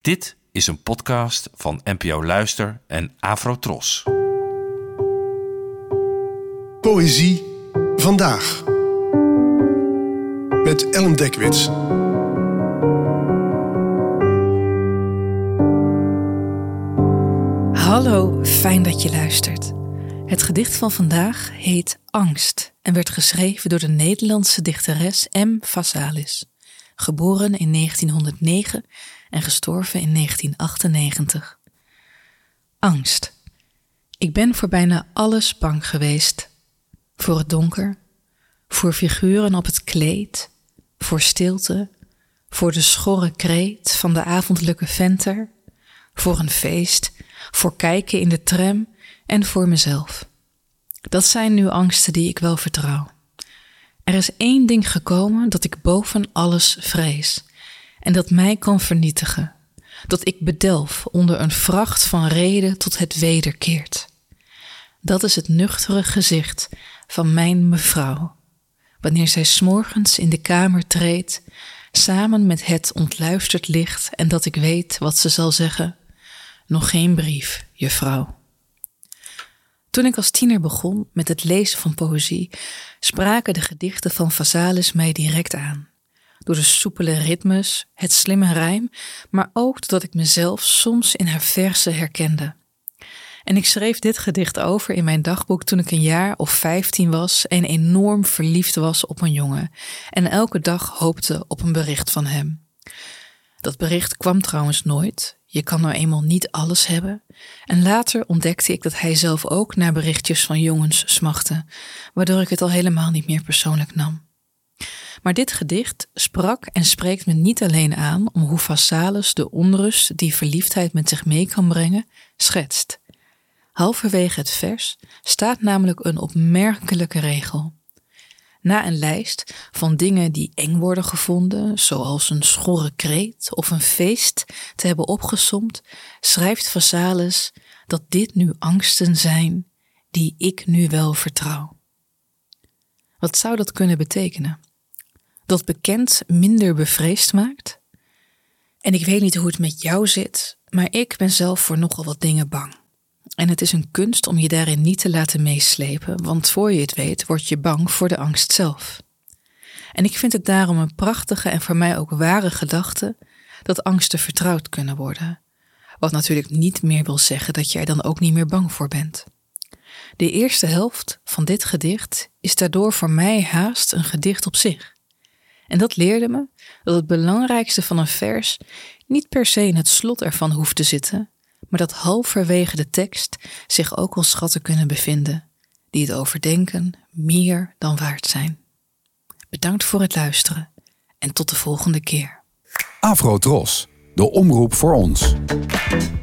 Dit is een podcast van NPO Luister en Afrotros. Poëzie vandaag. Met Ellen Dekwits. Hallo, fijn dat je luistert. Het gedicht van vandaag heet Angst en werd geschreven door de Nederlandse dichteres M. Vasalis, geboren in 1909 en gestorven in 1998. Angst. Ik ben voor bijna alles bang geweest. Voor het donker, voor figuren op het kleed, voor stilte, voor de schorre kreet van de avondelijke venter, voor een feest, voor kijken in de tram en voor mezelf. Dat zijn nu angsten die ik wel vertrouw. Er is één ding gekomen dat ik boven alles vrees en dat mij kan vernietigen, dat ik bedelf onder een vracht van reden tot het wederkeert. Dat is het nuchtere gezicht van mijn mevrouw, wanneer zij 's morgens in de kamer treedt, samen met het ontluisterd licht en dat ik weet wat ze zal zeggen. Nog geen brief, juffrouw. Toen ik als tiener begon met het lezen van poëzie, spraken de gedichten van Vasalis mij direct aan. Door de soepele ritmes, het slimme rijm, maar ook doordat ik mezelf soms in haar verzen herkende. En ik schreef dit gedicht over in mijn dagboek toen ik een jaar of 15 was en enorm verliefd was op een jongen en elke dag hoopte op een bericht van hem. Dat bericht kwam trouwens nooit. Je kan nou eenmaal niet alles hebben. En later ontdekte ik dat hij zelf ook naar berichtjes van jongens smachtte, waardoor ik het al helemaal niet meer persoonlijk nam. Maar dit gedicht sprak en spreekt me niet alleen aan om hoe Vasalis de onrust die verliefdheid met zich mee kan brengen, schetst. Halverwege het vers staat namelijk een opmerkelijke regel. Na een lijst van dingen die eng worden gevonden, zoals een schorre kreet of een feest, te hebben opgesomd, schrijft Vasalis dat dit nu angsten zijn die ik nu wel vertrouw. Wat zou dat kunnen betekenen? Dat bekend minder bevreesd maakt? En ik weet niet hoe het met jou zit, maar ik ben zelf voor nogal wat dingen bang. En het is een kunst om je daarin niet te laten meeslepen, want voor je het weet word je bang voor de angst zelf. En ik vind het daarom een prachtige en voor mij ook ware gedachte dat angsten vertrouwd kunnen worden. Wat natuurlijk niet meer wil zeggen dat je er dan ook niet meer bang voor bent. De eerste helft van dit gedicht is daardoor voor mij haast een gedicht op zich. En dat leerde me dat het belangrijkste van een vers niet per se in het slot ervan hoeft te zitten, maar dat halverwege de tekst zich ook al schatten kunnen bevinden, die het overdenken meer dan waard zijn. Bedankt voor het luisteren en tot de volgende keer. Afrotros, de omroep voor ons.